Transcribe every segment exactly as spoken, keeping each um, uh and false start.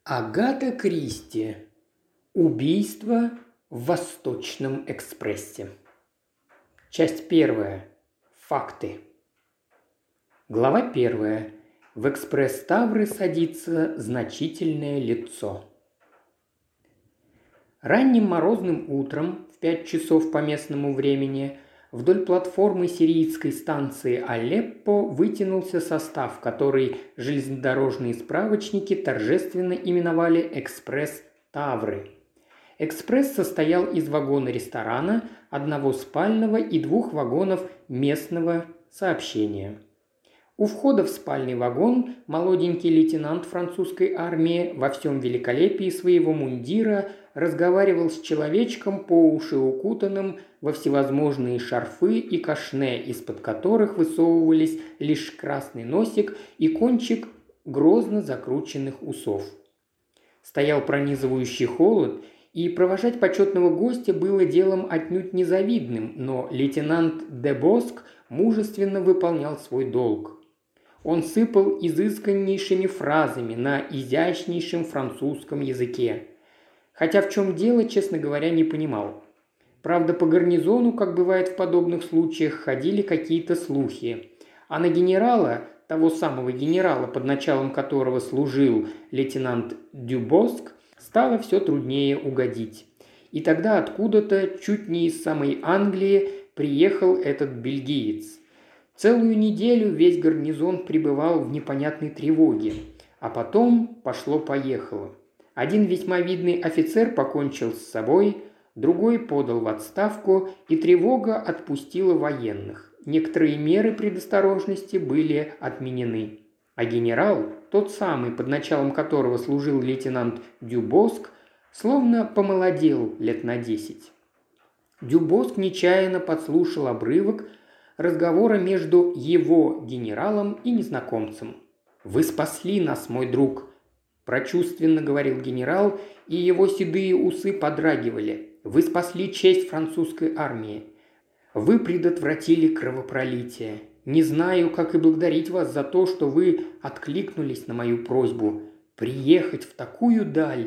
Агата Кристи. Убийство в Восточном экспрессе. Часть первая. Факты. Глава первая. В экспресс Тавры садится значительное лицо. Ранним морозным утром, в пять часов по местному времени, вдоль платформы сирийской станции Алеппо вытянулся состав, который железнодорожные справочники торжественно именовали «Экспресс Тавры». Экспресс состоял из вагона ресторана, одного спального и двух вагонов местного сообщения. У входа в спальный вагон молоденький лейтенант французской армии во всем великолепии своего мундира разговаривал с человечком по уши укутанным во всевозможные шарфы и кашне, из-под которых высовывались лишь красный носик и кончик грозно закрученных усов. Стоял пронизывающий холод, и провожать почетного гостя было делом отнюдь незавидным, но лейтенант де Боск мужественно выполнял свой долг. Он сыпал изысканнейшими фразами на изящнейшем французском языке. Хотя в чем дело, честно говоря, не понимал. Правда, по гарнизону, как бывает в подобных случаях, ходили какие-то слухи. А на генерала, того самого генерала, под началом которого служил лейтенант Дюбоск, стало все труднее угодить. И тогда откуда-то, чуть не из самой Англии, приехал этот бельгиец. Целую неделю весь гарнизон пребывал в непонятной тревоге. А потом пошло-поехало. Один весьма видный офицер покончил с собой, другой подал в отставку, и тревога отпустила военных. Некоторые меры предосторожности были отменены. А генерал, тот самый, под началом которого служил лейтенант Дюбоск, словно помолодел лет на десять. Дюбоск нечаянно подслушал обрывок разговора между его генералом и незнакомцем. «Вы спасли нас, мой друг», – прочувственно говорил генерал, и его седые усы подрагивали. «Вы спасли честь французской армии. Вы предотвратили кровопролитие. Не знаю, как и благодарить вас за то, что вы откликнулись на мою просьбу приехать в такую даль».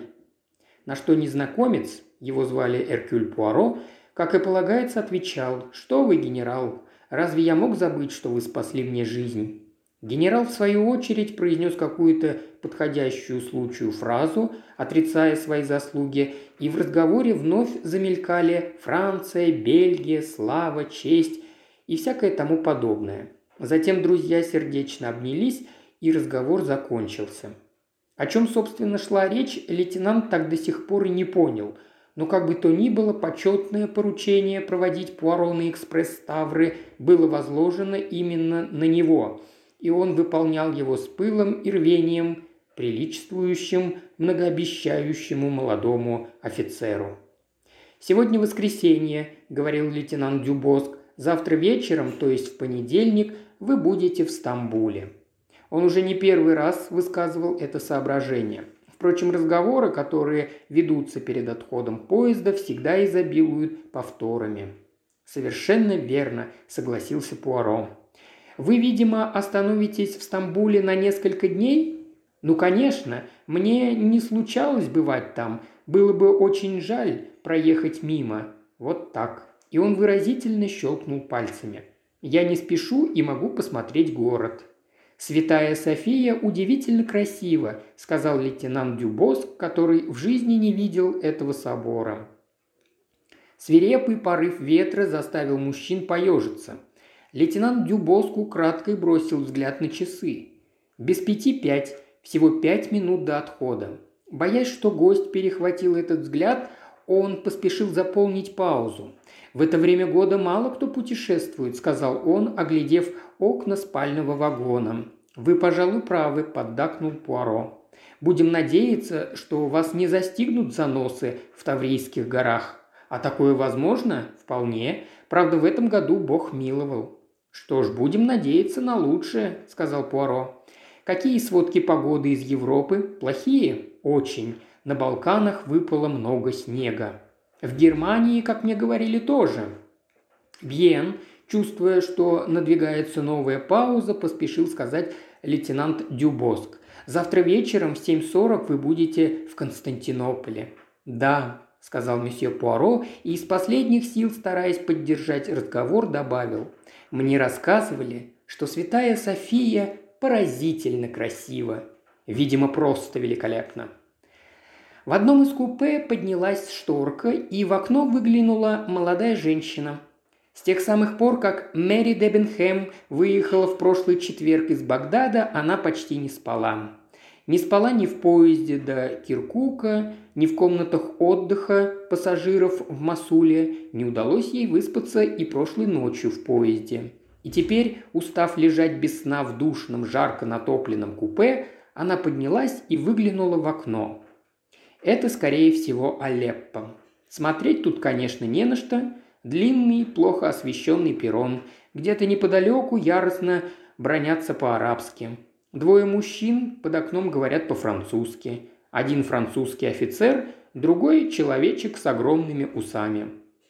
На что незнакомец, его звали Эркюль Пуаро, как и полагается, отвечал: «Что вы, генерал, разве я мог забыть, что вы спасли мне жизнь?» Генерал, в свою очередь, произнес какую-то подходящую случаю фразу, отрицая свои заслуги, и в разговоре вновь замелькали Франция, Бельгия, слава, честь и всякое тому подобное. Затем друзья сердечно обнялись, и разговор закончился. О чем, собственно, шла речь, лейтенант так до сих пор и не понял, но как бы то ни было, почетное поручение проводить Пуаро на экспресс Тавры было возложено именно на него, и он выполнял его с пылом и рвением, приличествующим многообещающему молодому офицеру. «Сегодня воскресенье», – говорил лейтенант Дюбоск, – «завтра вечером, то есть в понедельник, вы будете в Стамбуле». Он уже не первый раз высказывал это соображение. Впрочем, разговоры, которые ведутся перед отходом поезда, всегда изобилуют повторами. «Совершенно верно», – согласился Пуаро. «Вы, видимо, остановитесь в Стамбуле на несколько дней?» «Ну, конечно, мне не случалось бывать там. Было бы очень жаль проехать мимо. Вот так». И он выразительно щелкнул пальцами. «Я не спешу и могу посмотреть город». «Святая София удивительно красиво», – сказал лейтенант Дюбоск, который в жизни не видел этого собора. Свирепый порыв ветра заставил мужчин поежиться. Лейтенант Дюбоск украдкой бросил взгляд на часы. Без пяти пять, всего пять минут до отхода. Боясь, что гость перехватил этот взгляд, он поспешил заполнить паузу. «В это время года мало кто путешествует», – сказал он, оглядев окна спального вагона. «Вы, пожалуй, правы», – поддакнул Пуаро. «Будем надеяться, что вас не застигнут заносы в Таврийских горах. А такое возможно? Вполне. Правда, в этом году Бог миловал». «Что ж, будем надеяться на лучшее», – сказал Пуаро. «Какие сводки погоды из Европы? Плохие? Очень. На Балканах выпало много снега. В Германии, как мне говорили, тоже». «Бьен», чувствуя, что надвигается новая пауза, поспешил сказать лейтенант Дюбоск. Завтра вечером в семь сорок вы будете в Константинополе». «Да», – сказал месье Пуаро и из последних сил, стараясь поддержать разговор, добавил: «Мне рассказывали, что святая София поразительно красива. Видимо, просто великолепно». В одном из купе поднялась шторка, и в окно выглянула молодая женщина. С тех самых пор, как Мэри Дебенхэм выехала в прошлый четверг из Багдада, она почти не спала. Не спала ни в поезде до Киркука, ни в комнатах отдыха пассажиров в Мосуле. Не удалось ей выспаться и прошлой ночью в поезде. И теперь, устав лежать без сна в душном, жарко натопленном купе, она поднялась и выглянула в окно. Это, скорее всего, Алеппо. Смотреть тут, конечно, не на что. Длинный, плохо освещенный перрон. Где-то неподалеку яростно бранятся по-арабски. Двое мужчин под окном говорят по-французски. Один французский офицер, другой человечек с огромными усами.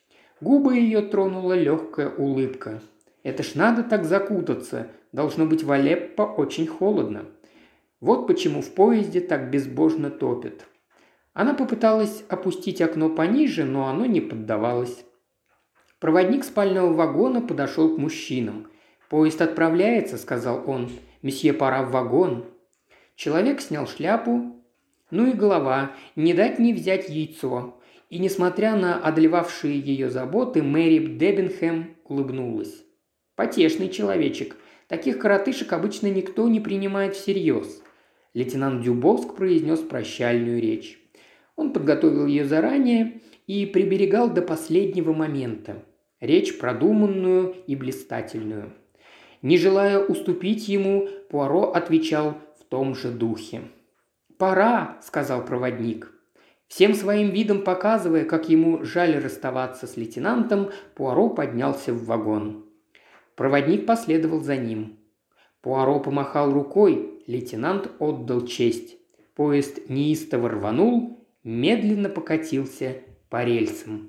Губы ее тронула легкая улыбка. Это ж надо так закутаться. Должно быть, в Алеппо очень холодно. Вот почему в поезде так безбожно топит. Она попыталась опустить окно пониже, но оно не поддавалось. Проводник спального вагона подошел к мужчинам. «Поезд отправляется», – сказал он. «Месье, пора в вагон». Человек снял шляпу. Ну и голова, не дать не взять яйцо. И, несмотря на одолевавшие ее заботы, Мэри Дебенхэм улыбнулась. Потешный человечек. Таких коротышек обычно никто не принимает всерьез. Лейтенант Дюбоск произнес прощальную речь. Он подготовил ее заранее и приберегал до последнего момента. Речь продуманную и блистательную. Не желая уступить ему, Пуаро отвечал в том же духе. «Пора», – сказал проводник. Всем своим видом показывая, как ему жаль расставаться с лейтенантом, Пуаро поднялся в вагон. Проводник последовал за ним. Пуаро помахал рукой, лейтенант отдал честь. Поезд неистово рванул, медленно покатился по рельсам.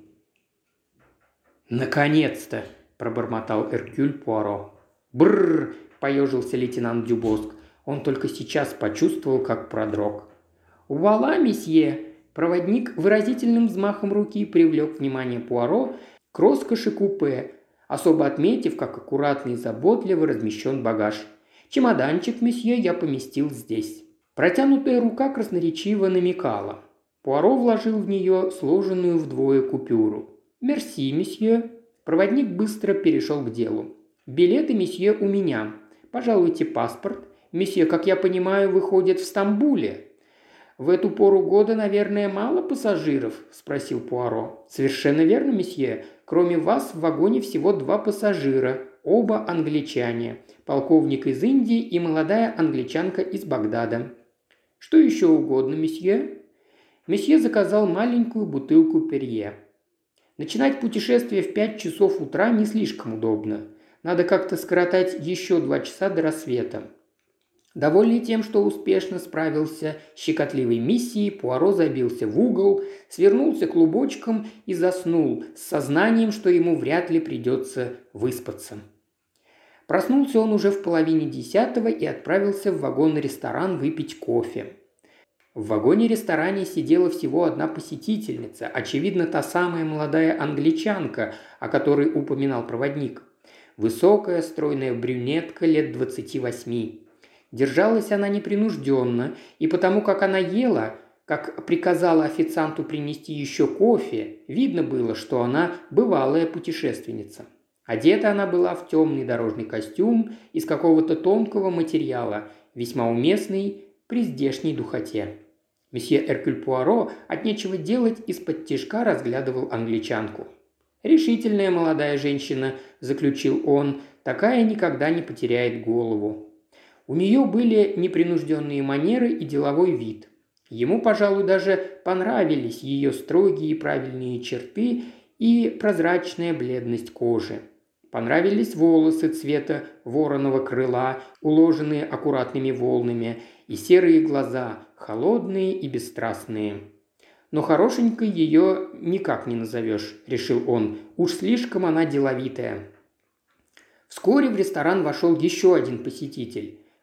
«Наконец-то!» – пробормотал Эркюль Пуаро. «Брррр!» – поежился лейтенант Дюбоск. Он только сейчас почувствовал, как продрог. «Вуаля, месье!» – проводник выразительным взмахом руки привлек внимание Пуаро к роскоши купе, особо отметив, как аккуратно и заботливо размещен багаж. «Чемоданчик, месье, я поместил здесь». Протянутая рука красноречиво намекала. Пуаро вложил в нее сложенную вдвое купюру. «Мерси, месье». Проводник быстро перешел к делу. «Билеты, месье, у меня. Пожалуйте паспорт. Месье, как я понимаю, выходит в Стамбуле». «В эту пору года, наверное, мало пассажиров?» – спросил Пуаро. «Совершенно верно, месье. Кроме вас в вагоне всего два пассажира, оба англичане. Полковник из Индии и молодая англичанка из Багдада». «Что еще угодно, месье?» Месье заказал маленькую бутылку Перье. Начинать путешествие в пять часов утра не слишком удобно. Надо как-то скоротать еще два часа до рассвета. Довольный тем, что успешно справился с щекотливой миссией, Пуаро забился в угол, свернулся клубочком и заснул с сознанием, что ему вряд ли придется выспаться. Проснулся он уже в половине десятого и отправился в вагон-ресторан выпить кофе. В вагоне-ресторане сидела всего одна посетительница, очевидно, та самая молодая англичанка, о которой упоминал проводник. Высокая, стройная брюнетка лет двадцати восьми. Держалась она непринужденно, и потому как она ела, как приказала официанту принести еще кофе, видно было, что она бывалая путешественница. Одета она была в темный дорожный костюм из какого-то тонкого материала, весьма уместный при здешней духоте. Месье Эркюль Пуаро от нечего делать из-под тишка разглядывал англичанку. «Решительная молодая женщина», – заключил он, – «такая никогда не потеряет голову». У нее были непринужденные манеры и деловой вид. Ему, пожалуй, даже понравились ее строгие и правильные черты и прозрачная бледность кожи. Понравились волосы цвета вороного крыла, уложенные аккуратными волнами, и серые глаза, холодные и бесстрастные. «Но хорошенькой ее никак не назовешь», – решил он, – «уж слишком она деловитая». Вскоре в ресторан вошел еще один посетитель.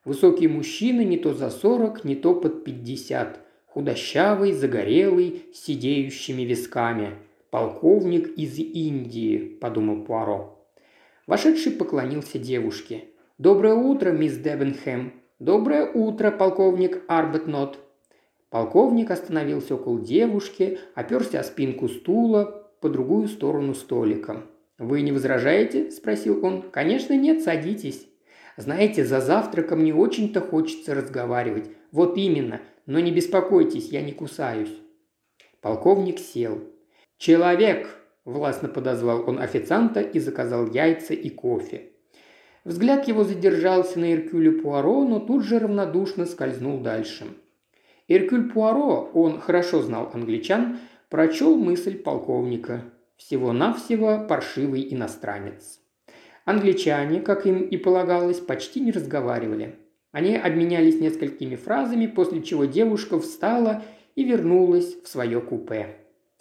Высокий мужчина не то за сорок, не то под пятьдесят. Худощавый, загорелый, с сидеющими висками. «Полковник из Индии», – подумал Пуаро. Вошедший поклонился девушке. «Доброе утро, мисс Дебенхэм». «Доброе утро, полковник Арбетнот». Полковник остановился около девушки, оперся о спинку стула по другую сторону столика. «Вы не возражаете?» – спросил он. «Конечно нет, садитесь». «Знаете, за завтраком не очень-то хочется разговаривать». «Вот именно. Но не беспокойтесь, я не кусаюсь». Полковник сел. «Человек!» – властно подозвал он официанта и заказал яйца и кофе. Взгляд его задержался на Эркюле Пуаро, но тут же равнодушно скользнул дальше. Эркюль Пуаро, он хорошо знал англичан, прочел мысль полковника. Всего-навсего паршивый иностранец. Англичане, как им и полагалось, почти не разговаривали. Они обменялись несколькими фразами, после чего девушка встала и вернулась в свое купе.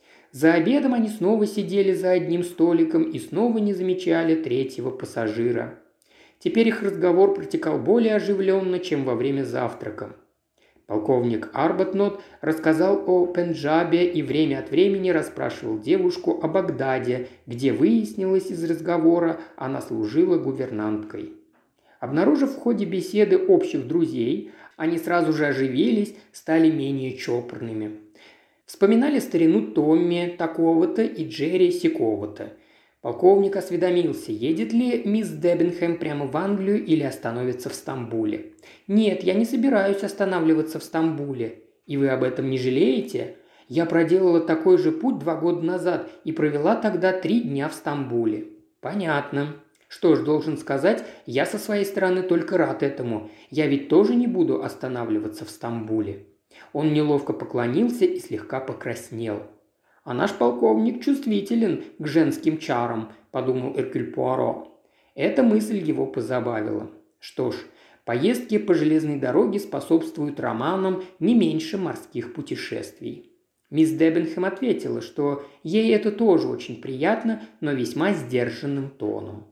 За обедом они снова сидели за одним столиком и снова не замечали третьего пассажира. Теперь их разговор протекал более оживленно, чем во время завтрака. Полковник Арбатнот рассказал о Пенджабе и время от времени расспрашивал девушку о Багдаде, где выяснилось из разговора, она служила гувернанткой. Обнаружив в ходе беседы общих друзей, они сразу же оживились, стали менее чопорными. Вспоминали старину Томми такого-то и Джерри сякого-то. Полковник осведомился, едет ли мисс Дебенхэм прямо в Англию или остановится в Стамбуле. «Нет, я не собираюсь останавливаться в Стамбуле. И вы об этом не жалеете? Я проделала такой же путь два года назад и провела тогда три дня в Стамбуле». «Понятно. Что ж, должен сказать, я со своей стороны только рад этому. Я ведь тоже не буду останавливаться в Стамбуле». Он неловко поклонился и слегка покраснел. «А наш полковник чувствителен к женским чарам», – подумал Эркюль Пуаро. Эта мысль его позабавила. Что ж, поездки по железной дороге способствуют романам не меньше морских путешествий. Мисс Дебенхэм ответила, что ей это тоже очень приятно, но весьма сдержанным тоном.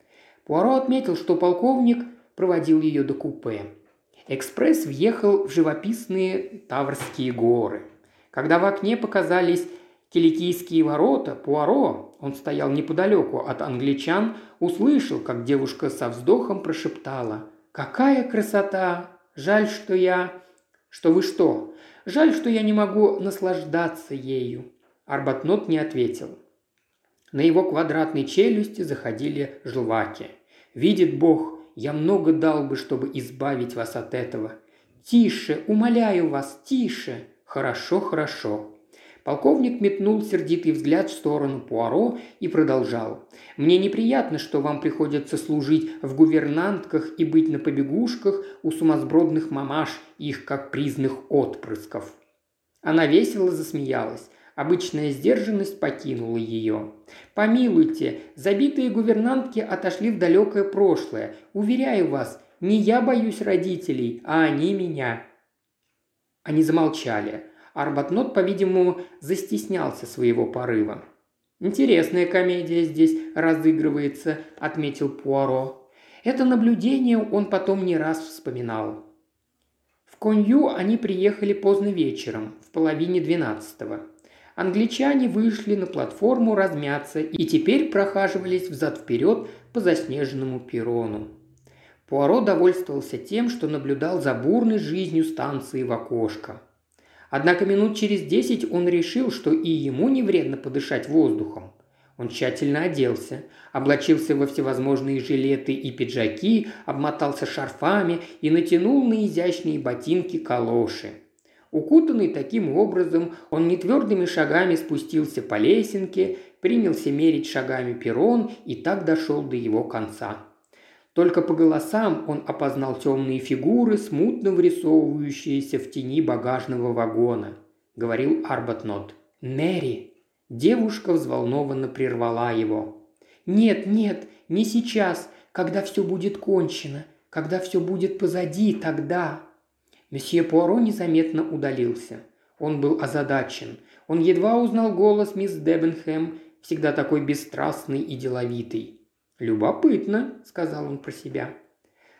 Пуаро отметил, что полковник проводил ее до купе. Экспресс въехал в живописные Таврские горы. Когда в окне показались Киликийские ворота, Пуаро, он стоял неподалеку от англичан, услышал, как девушка со вздохом прошептала: «Какая красота! Жаль, что я...» «Что вы что? Жаль, что я не могу наслаждаться ею». Арбатнот не ответил. На его квадратной челюсти заходили желваки. «Видит Бог, я много дал бы, чтобы избавить вас от этого». «Тише, умоляю вас, тише!» «Хорошо, хорошо». Полковник метнул сердитый взгляд в сторону Пуаро и продолжал. «Мне неприятно, что вам приходится служить в гувернантках и быть на побегушках у сумасбродных мамаш, их как призных отпрысков». Она весело засмеялась. Обычная сдержанность покинула ее. «Помилуйте, забитые гувернантки отошли в далекое прошлое. Уверяю вас, не я боюсь родителей, а они меня». Они замолчали. Арбатнот, по-видимому, застеснялся своего порыва. «Интересная комедия здесь разыгрывается», – отметил Пуаро. Это наблюдение он потом не раз вспоминал. В Конью они приехали поздно вечером, в половине двенадцатого. Англичане вышли на платформу размяться и теперь прохаживались взад-вперед по заснеженному перрону. Пуаро довольствовался тем, что наблюдал за бурной жизнью станции в окошко. Однако минут через десять он решил, что и ему не вредно подышать воздухом. Он тщательно оделся, облачился во всевозможные жилеты и пиджаки, обмотался шарфами и натянул на изящные ботинки калоши. Укутанный таким образом, он нетвердыми шагами спустился по лесенке, принялся мерить шагами перрон и так дошел до его конца. Только по голосам он опознал темные фигуры, смутно вырисовывающиеся в тени багажного вагона. Говорил Арбатнот. «Мэри!» Девушка взволнованно прервала его. «Нет, нет, не сейчас, когда все будет кончено, когда все будет позади, тогда...» Месье Пуаро незаметно удалился. Он был озадачен. Он едва узнал голос мисс Дебенхэм, всегда такой бесстрастный и деловитый. «Любопытно», – сказал он про себя.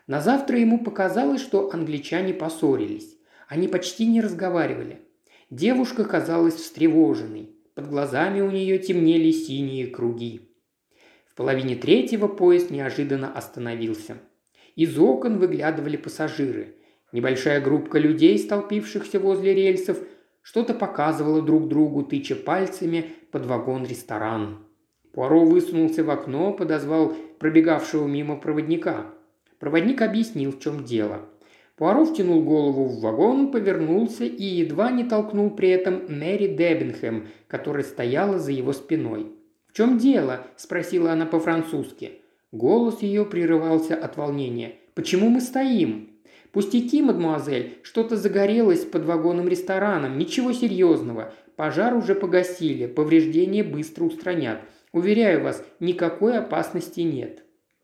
На завтра ему показалось, что англичане поссорились. Они почти не разговаривали. Девушка казалась встревоженной. Под глазами у нее темнели синие круги. В половине третьего поезд неожиданно остановился. Из окон выглядывали пассажиры. Небольшая группка людей, столпившихся возле рельсов, что-то показывала друг другу, тыча пальцами под вагон-ресторан. Пуаро высунулся в окно, подозвал пробегавшего мимо проводника. Проводник объяснил, в чем дело. Пуаро втянул голову в вагон, повернулся и едва не толкнул при этом Мэри Деббинхэм, которая стояла за его спиной. «В чем дело?» – спросила она по-французски. Голос ее прерывался от волнения. «Почему мы стоим?» «Пустяки, мадемуазель, что-то загорелось под вагоном-рестораном. Ничего серьезного. Пожар уже погасили, повреждения быстро устранят. Уверяю вас, никакой опасности нет».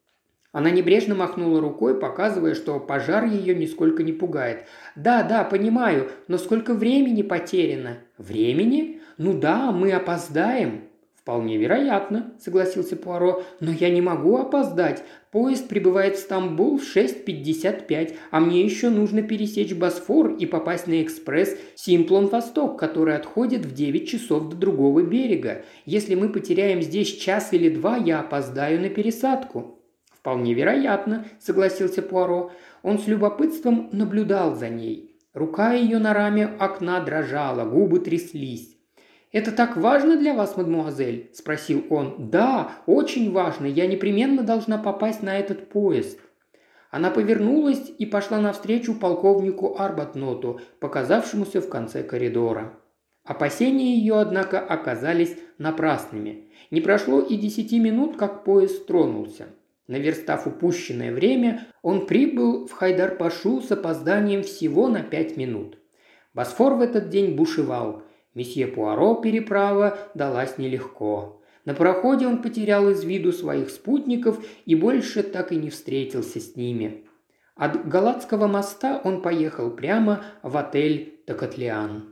Она небрежно махнула рукой, показывая, что пожар ее нисколько не пугает. «Да, да, понимаю, но сколько времени потеряно?» «Времени? Ну да, мы опоздаем». «Вполне вероятно», – согласился Пуаро, – «но я не могу опоздать. Поезд прибывает в Стамбул в шесть пятьдесят пять, а мне еще нужно пересечь Босфор и попасть на экспресс Симплон-Восток, который отходит в девять часов до другого берега. Если мы потеряем здесь час или два, я опоздаю на пересадку». «Вполне вероятно», – согласился Пуаро. Он с любопытством наблюдал за ней. Рука ее на раме окна дрожала, губы тряслись. «Это так важно для вас, мадемуазель?» – спросил он. «Да, очень важно. Я непременно должна попасть на этот поезд». Она повернулась и пошла навстречу полковнику Арбатноту, показавшемуся в конце коридора. Опасения ее, однако, оказались напрасными. Не прошло и десяти минут, как поезд тронулся. Наверстав упущенное время, он прибыл в Хайдар-Пашу с опозданием всего на пять минут. Босфор в этот день бушевал. Месье Пуаро переправа далась нелегко. На пароходе он потерял из виду своих спутников и больше так и не встретился с ними. От Галатского моста он поехал прямо в отель «Токатлиан».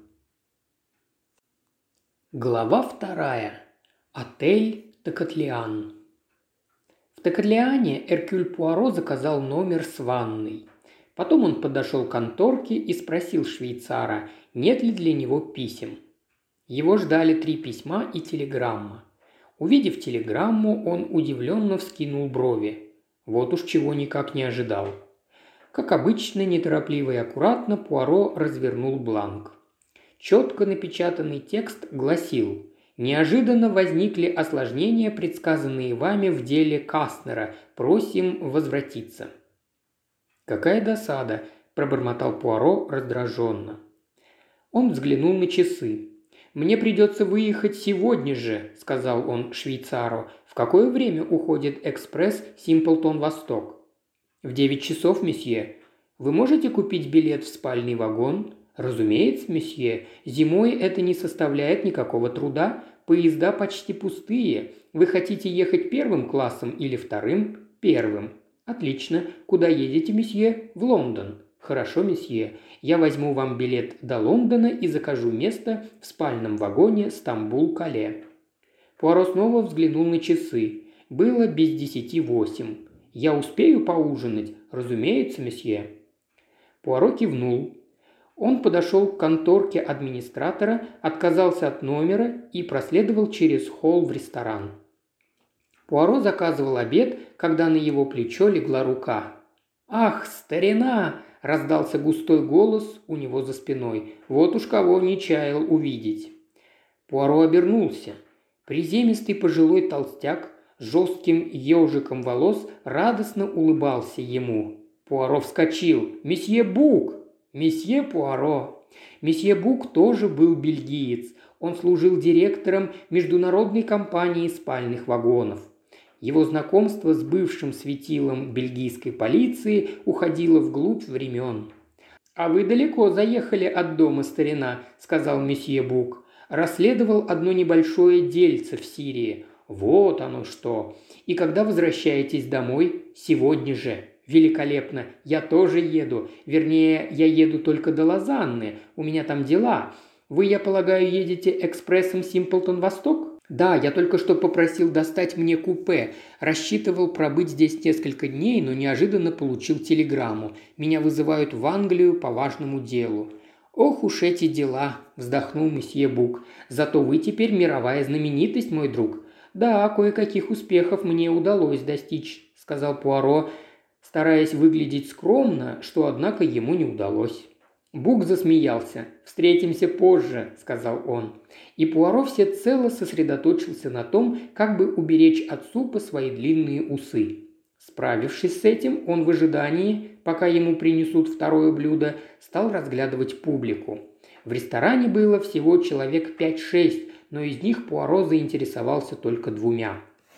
Глава вторая. Отель «Токатлиан». В Токатлиане Эркюль Пуаро заказал номер с ванной. Потом он подошел к конторке и спросил швейцара, нет ли для него писем. Его ждали три письма и телеграмма. Увидев телеграмму, он удивленно вскинул брови. Вот уж чего никак не ожидал. Как обычно, неторопливо и аккуратно Пуаро развернул бланк. Четко напечатанный текст гласил: «Неожиданно возникли осложнения, предсказанные вами в деле Кастнера. Просим возвратиться». «Какая досада!» – пробормотал Пуаро раздраженно. Он взглянул на часы. «Мне придется выехать сегодня же», – сказал он швейцару. «В какое время уходит экспресс Симплтон-Восток?» «В девять часов, месье. Вы можете купить билет в спальный вагон?» «Разумеется, месье. Зимой это не составляет никакого труда. Поезда почти пустые. Вы хотите ехать первым классом или вторым?» «Первым». «Отлично. Куда едете, месье?» «В Лондон». «Хорошо, месье. Я возьму вам билет до Лондона и закажу место в спальном вагоне Стамбул-Кале». Пуаро снова взглянул на часы. Было без десяти восемь. «Я успею поужинать?» «Разумеется, месье». Пуаро кивнул. Он подошел к конторке администратора, отказался от номера и проследовал через холл в ресторан. Пуаро заказывал обед, когда на его плечо легла рука. «Ах, старина!» – раздался густой голос у него за спиной. Вот уж кого не чаял увидеть. Пуаро обернулся. Приземистый пожилой толстяк с жестким ежиком волос радостно улыбался ему. Пуаро вскочил. «Месье Бук!» «Месье Пуаро!» Месье Бук тоже был бельгиец. Он служил директором международной компании спальных вагонов. Его знакомство с бывшим светилом бельгийской полиции уходило вглубь времен. «А вы далеко заехали от дома, старина», – сказал месье Бук. «Расследовал одно небольшое дельце в Сирии. Вот оно что. И когда возвращаетесь домой? Сегодня же». «Великолепно! Я тоже еду. Вернее, я еду только до Лозанны. У меня там дела. Вы, я полагаю, едете экспрессом Симплтон-Восток?» «Да, я только что попросил достать мне купе. Рассчитывал пробыть здесь несколько дней, но неожиданно получил телеграмму. Меня вызывают в Англию по важному делу». «Ох уж эти дела!» – вздохнул месье Бук. «Зато вы теперь мировая знаменитость, мой друг». «Да, кое-каких успехов мне удалось достичь», – сказал Пуаро, стараясь выглядеть скромно, что, однако, ему не удалось. Бук засмеялся. «Встретимся позже», – сказал он. И Пуаро всецело сосредоточился на том, как бы уберечь от супа свои длинные усы. Справившись с этим, он в ожидании, пока ему принесут второе блюдо, стал разглядывать публику. В ресторане было всего человек пять-шесть, но из них Пуаро заинтересовался только двумя.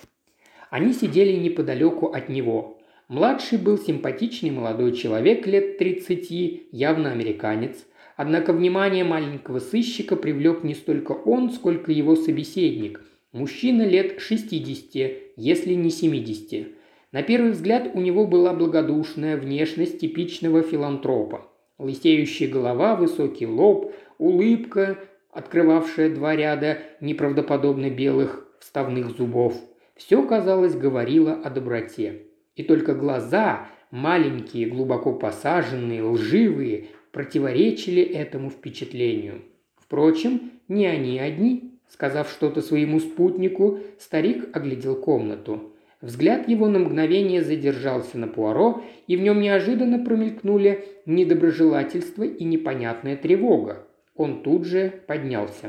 Они сидели неподалеку от него. Младший был симпатичный молодой человек лет тридцати, явно американец. Однако внимание маленького сыщика привлек не столько он, сколько его собеседник. Мужчина лет шестидесяти, если не семидесяти. На первый взгляд у него была благодушная внешность типичного филантропа. Лысеющая голова, высокий лоб, улыбка, открывавшая два ряда неправдоподобно белых вставных зубов. Все, казалось, говорило о доброте. И только глаза, маленькие, глубоко посаженные, лживые, противоречили этому впечатлению. Впрочем, не они одни. Сказав что-то своему спутнику, старик оглядел комнату. Взгляд его на мгновение задержался на Пуаро, и в нем неожиданно промелькнули недоброжелательство и непонятная тревога. Он тут же поднялся.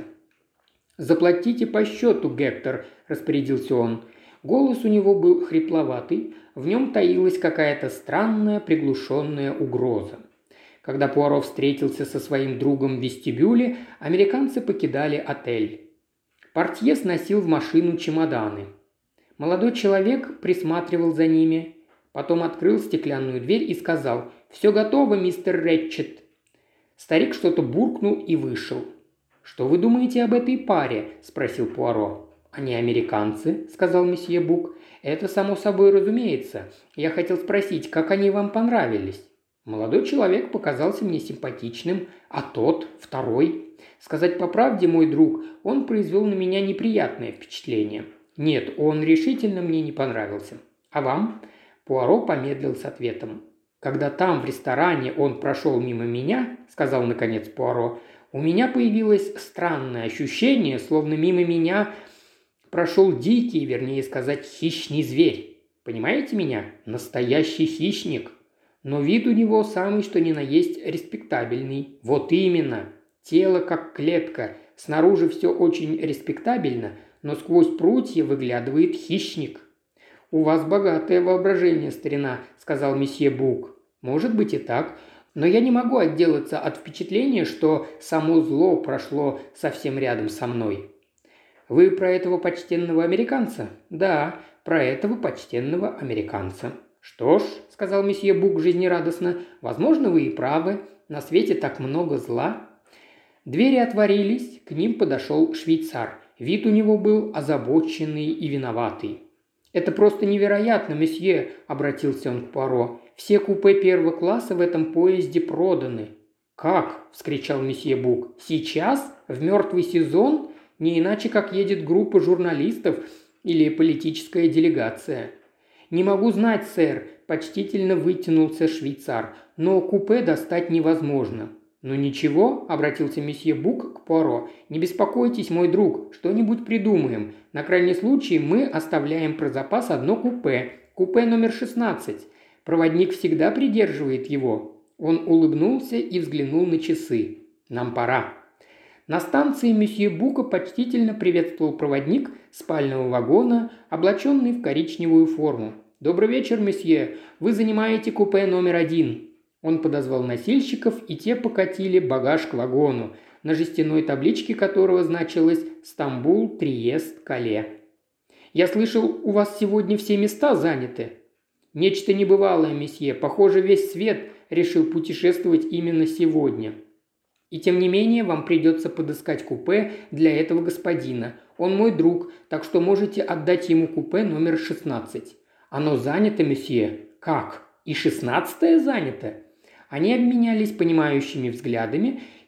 «Заплатите по счету, Гектор», – распорядился он. Голос у него был хрипловатый, в нем таилась какая-то странная приглушенная угроза. Когда Пуаро встретился со своим другом в вестибюле, американцы покидали отель. Портье сносил в машину чемоданы. Молодой человек присматривал за ними, потом открыл стеклянную дверь и сказал: «Все готово, мистер Рэтчет». Старик что-то буркнул и вышел. «Что вы думаете об этой паре?» – спросил Пуаро. «Они американцы», – сказал месье Бук. «Это само собой разумеется. Я хотел спросить, как они вам понравились?» Молодой человек показался мне симпатичным, а тот, второй. Сказать по правде, мой друг, он произвел на меня неприятное впечатление. Нет, он решительно мне не понравился. А вам?» Пуаро помедлил с ответом. «Когда там, в ресторане, он прошел мимо меня, — сказал наконец Пуаро, — у меня появилось странное ощущение, словно мимо меня прошел дикий, вернее сказать, хищный зверь. Понимаете меня? Настоящий хищник. Но вид у него самый что ни на есть респектабельный. Вот именно. Тело как клетка. Снаружи все очень респектабельно, но сквозь прутья выглядывает хищник». «У вас богатое воображение, старина», – сказал месье Бук. «Может быть и так, но я не могу отделаться от впечатления, что само зло прошло совсем рядом со мной». «Вы про этого почтенного американца?» «Да, про этого почтенного американца». «Что ж», – сказал месье Бук жизнерадостно, – «возможно, вы и правы. На свете так много зла». Двери отворились, к ним подошел швейцар. Вид у него был озабоченный и виноватый. «Это просто невероятно, месье», – обратился он к Пуаро. «Все купе первого класса в этом поезде проданы». «Как?» – вскричал месье Бук. «Сейчас? В мертвый сезон? Не иначе, как едет группа журналистов или политическая делегация». «Не могу знать, сэр», – почтительно вытянулся швейцар, – «но купе достать невозможно». «Ну ничего», – обратился месье Бук к Пуаро, – «не беспокойтесь, мой друг, что-нибудь придумаем. На крайний случай мы оставляем про запас одно купе, купе номер шестнадцать. Проводник всегда придерживает его». Он улыбнулся и взглянул на часы. «Нам пора». На станции месье Бука почтительно приветствовал проводник спального вагона, облаченный в коричневую форму. «Добрый вечер, месье. Вы занимаете купе номер один». Он подозвал носильщиков, и те покатили багаж к вагону, на жестяной табличке которого значилось «Стамбул, Триест, Кале». «Я слышал, у вас сегодня все места заняты». «Нечто небывалое, месье. Похоже, весь свет решил путешествовать именно сегодня. И тем не менее вам придется подыскать купе для этого господина. Он мой друг, так что можете отдать ему купе номер шестнадцать». «Оно занято, месье». «Как? И шестнадцатое занято?» Они обменялись понимающими взглядами,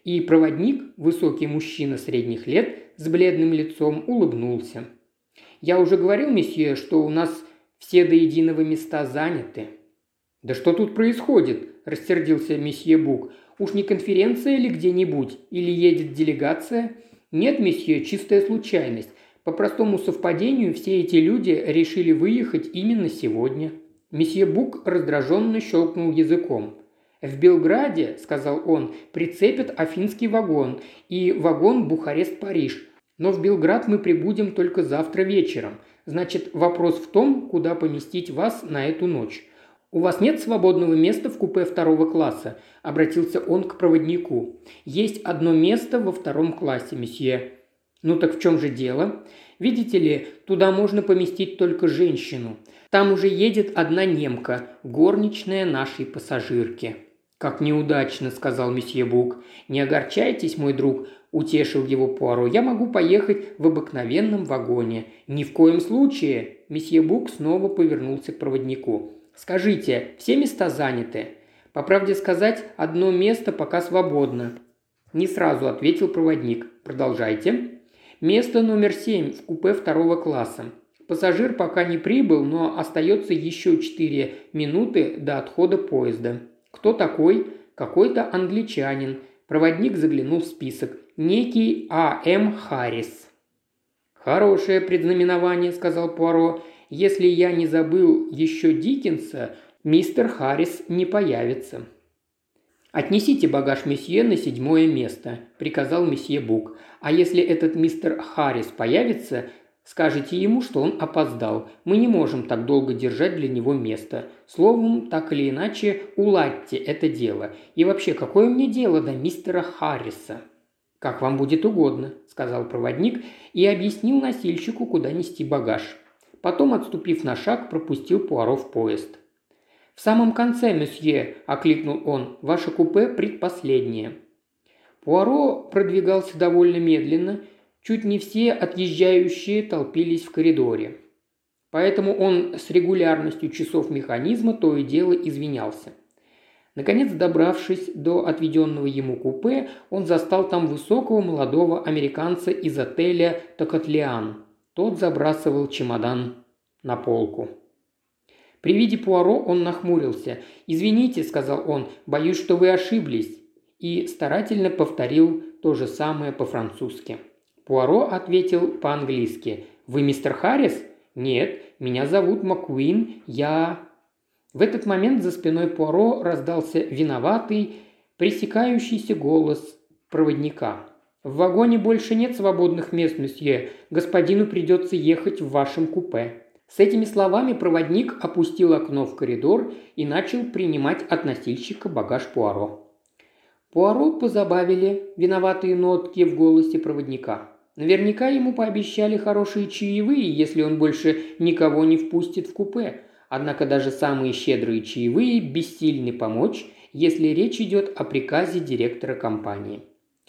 И проводник, высокий мужчина средних лет, с бледным лицом улыбнулся. «Я уже говорил, месье, что у нас все до единого места заняты». «Да что тут происходит?» – рассердился месье Бук. «Уж не конференция ли где-нибудь? Или едет делегация?» «Нет, месье, чистая случайность. По простому совпадению все эти люди решили выехать именно сегодня». Месье Бук раздраженно щелкнул языком. «В Белграде, – сказал он, – прицепят афинский вагон и вагон Бухарест-Париж. Но в Белград мы прибудем только завтра вечером. Значит, вопрос в том, куда поместить вас на эту ночь. «У вас нет свободного места в купе второго класса?» – обратился он к проводнику. «Есть одно место во втором классе, месье». «Ну так в чем же дело? Видите ли, туда можно поместить только женщину. Там уже едет одна немка, горничная нашей пассажирки». «Как неудачно», – сказал месье Бук. «Не огорчайтесь, мой друг», – утешил его Пуаро. «Я могу поехать в обыкновенном вагоне». «Ни в коем случае», – месье Бук снова повернулся к проводнику. «Скажите, все места заняты?» «По правде сказать, одно место пока свободно». Не сразу ответил проводник. «Продолжайте». «Место номер семь в купе второго класса. Пассажир пока не прибыл, но остается еще четыре минуты до отхода поезда». «Кто такой?» «Какой-то англичанин». Проводник заглянул в список. «Некий А М Харрис». «Хорошее предзнаменование», – сказал Пуаро. «Если я не забыл еще Диккенса, мистер Харрис не появится». «Отнесите багаж месье на седьмое место», – приказал месье Бук. «А если этот мистер Харрис появится, скажите ему, что он опоздал. Мы не можем так долго держать для него место. Словом, так или иначе, уладьте это дело. И вообще, какое мне дело до мистера Харриса?» «Как вам будет угодно», – сказал проводник и объяснил носильщику, куда нести багаж. Потом, отступив на шаг, пропустил Пуаро в поезд. «В самом конце, месье», – окликнул он, – «ваше купе предпоследнее». Пуаро продвигался довольно медленно, чуть не все отъезжающие толпились в коридоре. Поэтому он с регулярностью часов механизма то и дело извинялся. Наконец, добравшись до отведенного ему купе, он застал там высокого молодого американца из отеля «Токатлиан». Тот забрасывал чемодан на полку. При виде Пуаро он нахмурился. «Извините», – сказал он, – «боюсь, что вы ошиблись». И старательно повторил то же самое по-французски. Пуаро ответил по-английски. «Вы мистер Харрис?» «Нет, меня зовут Маккуин, я...» В этот момент за спиной Пуаро раздался виноватый, пресекающийся голос проводника. «В вагоне больше нет свободных мест, месье. Господину придется ехать в вашем купе». С этими словами проводник опустил окно в коридор и начал принимать от носильщика багаж Пуаро. Пуаро позабавили виноватые нотки в голосе проводника. Наверняка ему пообещали хорошие чаевые, если он больше никого не впустит в купе. Однако даже самые щедрые чаевые бессильны помочь, если речь идет о приказе директора компании.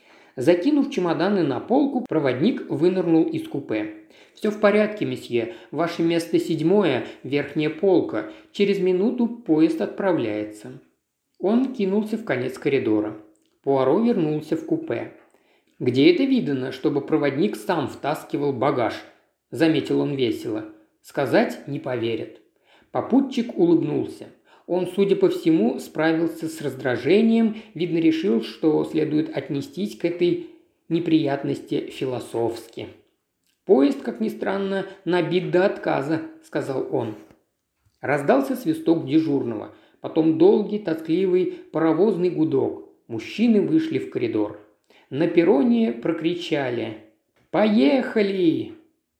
Закинув чемоданы на полку, проводник вынырнул из купе. «Все в порядке, месье. Ваше место седьмое, верхняя полка. Через минуту поезд отправляется». Он кинулся в конец коридора. Пуаро вернулся в купе. «Где это видано, чтобы проводник сам втаскивал багаж?» – заметил он весело. «Сказать не поверят». Попутчик улыбнулся. Он, судя по всему, справился с раздражением, видно, решил, что следует отнестись к этой неприятности философски. «Поезд, как ни странно, набит до отказа», – сказал он. Раздался свисток дежурного, потом долгий, тоскливый паровозный гудок. Мужчины вышли в коридор. На перроне прокричали: «Поехали!»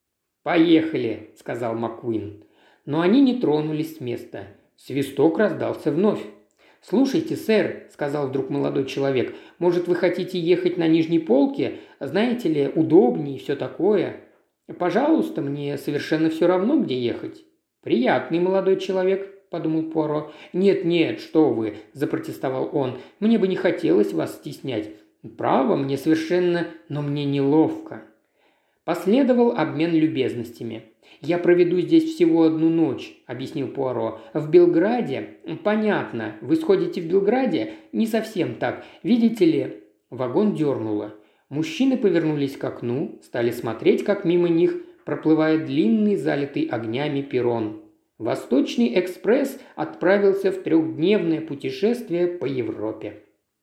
«Поехали!» – сказал Маккуин. Но они не тронулись с места. Свисток раздался вновь. «Слушайте, сэр», – сказал вдруг молодой человек, – «может, вы хотите ехать на нижней полке? Знаете ли, удобнее и все такое». «Пожалуйста, мне совершенно все равно, где ехать». «Приятный молодой человек», – подумал Пуаро. «Нет-нет, что вы», – запротестовал он, – «мне бы не хотелось вас стеснять». «Право, мне совершенно, но мне неловко». Последовал обмен любезностями. «Я проведу здесь всего одну ночь», – объяснил Пуаро. «В Белграде?» «Понятно. Вы сходите в Белграде?» «Не совсем так. Видите ли, Вагон дернуло. Мужчины повернулись к окну, стали смотреть, как мимо них проплывает длинный, залитый огнями перрон. Восточный экспресс отправился в трехдневное путешествие по Европе.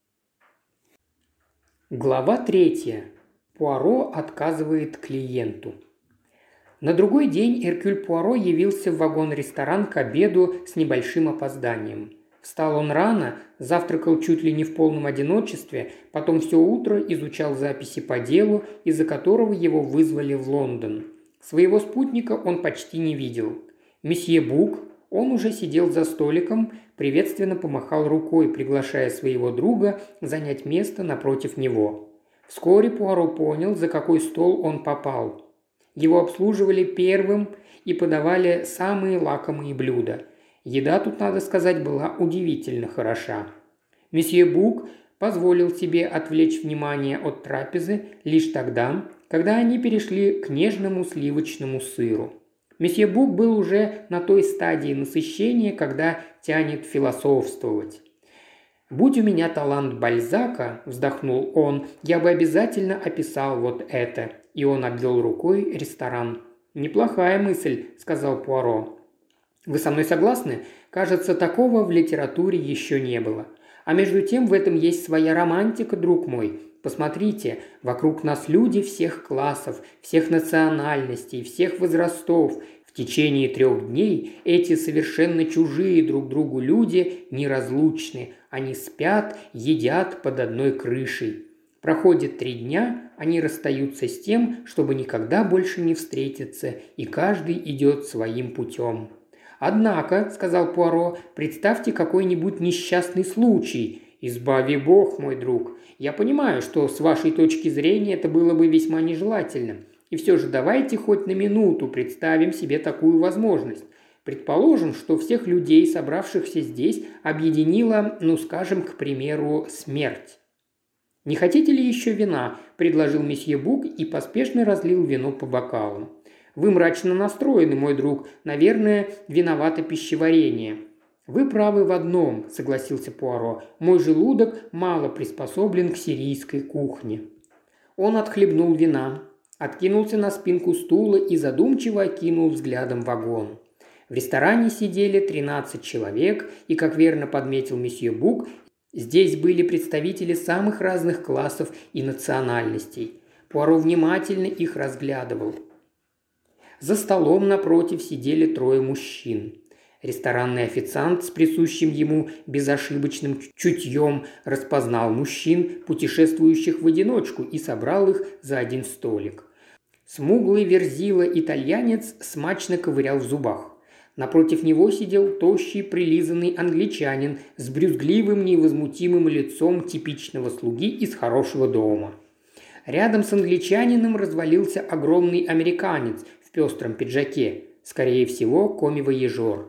Глава третья. Пуаро отказывает клиенту. На другой день Эркюль Пуаро явился в вагон-ресторан к обеду с небольшим опозданием. Встал он рано, завтракал чуть ли не в полном одиночестве, потом все утро изучал записи по делу, из-за которого его вызвали в Лондон. Своего спутника он почти не видел. Месье Бук, он уже сидел за столиком, приветственно помахал рукой, приглашая своего друга занять место напротив него. Вскоре Пуаро понял, за какой стол он попал. Его обслуживали первым и подавали самые лакомые блюда. Еда тут, надо сказать, была удивительно хороша. Месье Бук позволил себе отвлечь внимание от трапезы лишь тогда, когда они перешли к нежному сливочному сыру. Месье Бук был уже на той стадии насыщения, когда тянет философствовать. «Будь у меня талант Бальзака», – вздохнул он, – «я бы обязательно описал вот это». И он обвел рукой ресторан. «Неплохая мысль», – сказал Пуаро. «Вы со мной согласны? Кажется, такого в литературе еще не было. А между тем в этом есть своя романтика, друг мой. Посмотрите, вокруг нас люди всех классов, всех национальностей, всех возрастов. В течение трех дней эти совершенно чужие друг другу люди неразлучны. Они спят, едят под одной крышей. Проходит три дня, они расстаются с тем, чтобы никогда больше не встретиться, и каждый идет своим путем». «Однако», – сказал Пуаро, – «представьте какой-нибудь несчастный случай. Избави Бог, мой друг. Я понимаю, что с вашей точки зрения это было бы весьма нежелательно. И все же давайте хоть на минуту представим себе такую возможность. Предположим, что всех людей, собравшихся здесь, объединила, ну скажем, к примеру, смерть. «Не хотите ли еще вина?» – предложил месье Бук и поспешно разлил вино по бокалам. «Вы мрачно настроены, мой друг. Наверное, виновато пищеварение». «Вы правы в одном», – согласился Пуаро. «Мой желудок мало приспособлен к сирийской кухне». Он отхлебнул вина, откинулся на спинку стула и задумчиво окинул взглядом вагон. В ресторане сидели тринадцать человек, и, как верно подметил месье Бук, здесь были представители самых разных классов и национальностей. Пуаро внимательно их разглядывал. За столом напротив сидели трое мужчин. Ресторанный официант с присущим ему безошибочным чутьем распознал мужчин, путешествующих в одиночку, и собрал их за один столик. Смуглый верзила-итальянец смачно ковырял в зубах. Напротив него сидел тощий, прилизанный англичанин с брюзгливым, невозмутимым лицом типичного слуги из хорошего дома. Рядом с англичанином развалился огромный американец в пестром пиджаке, скорее всего, коми-вояжер.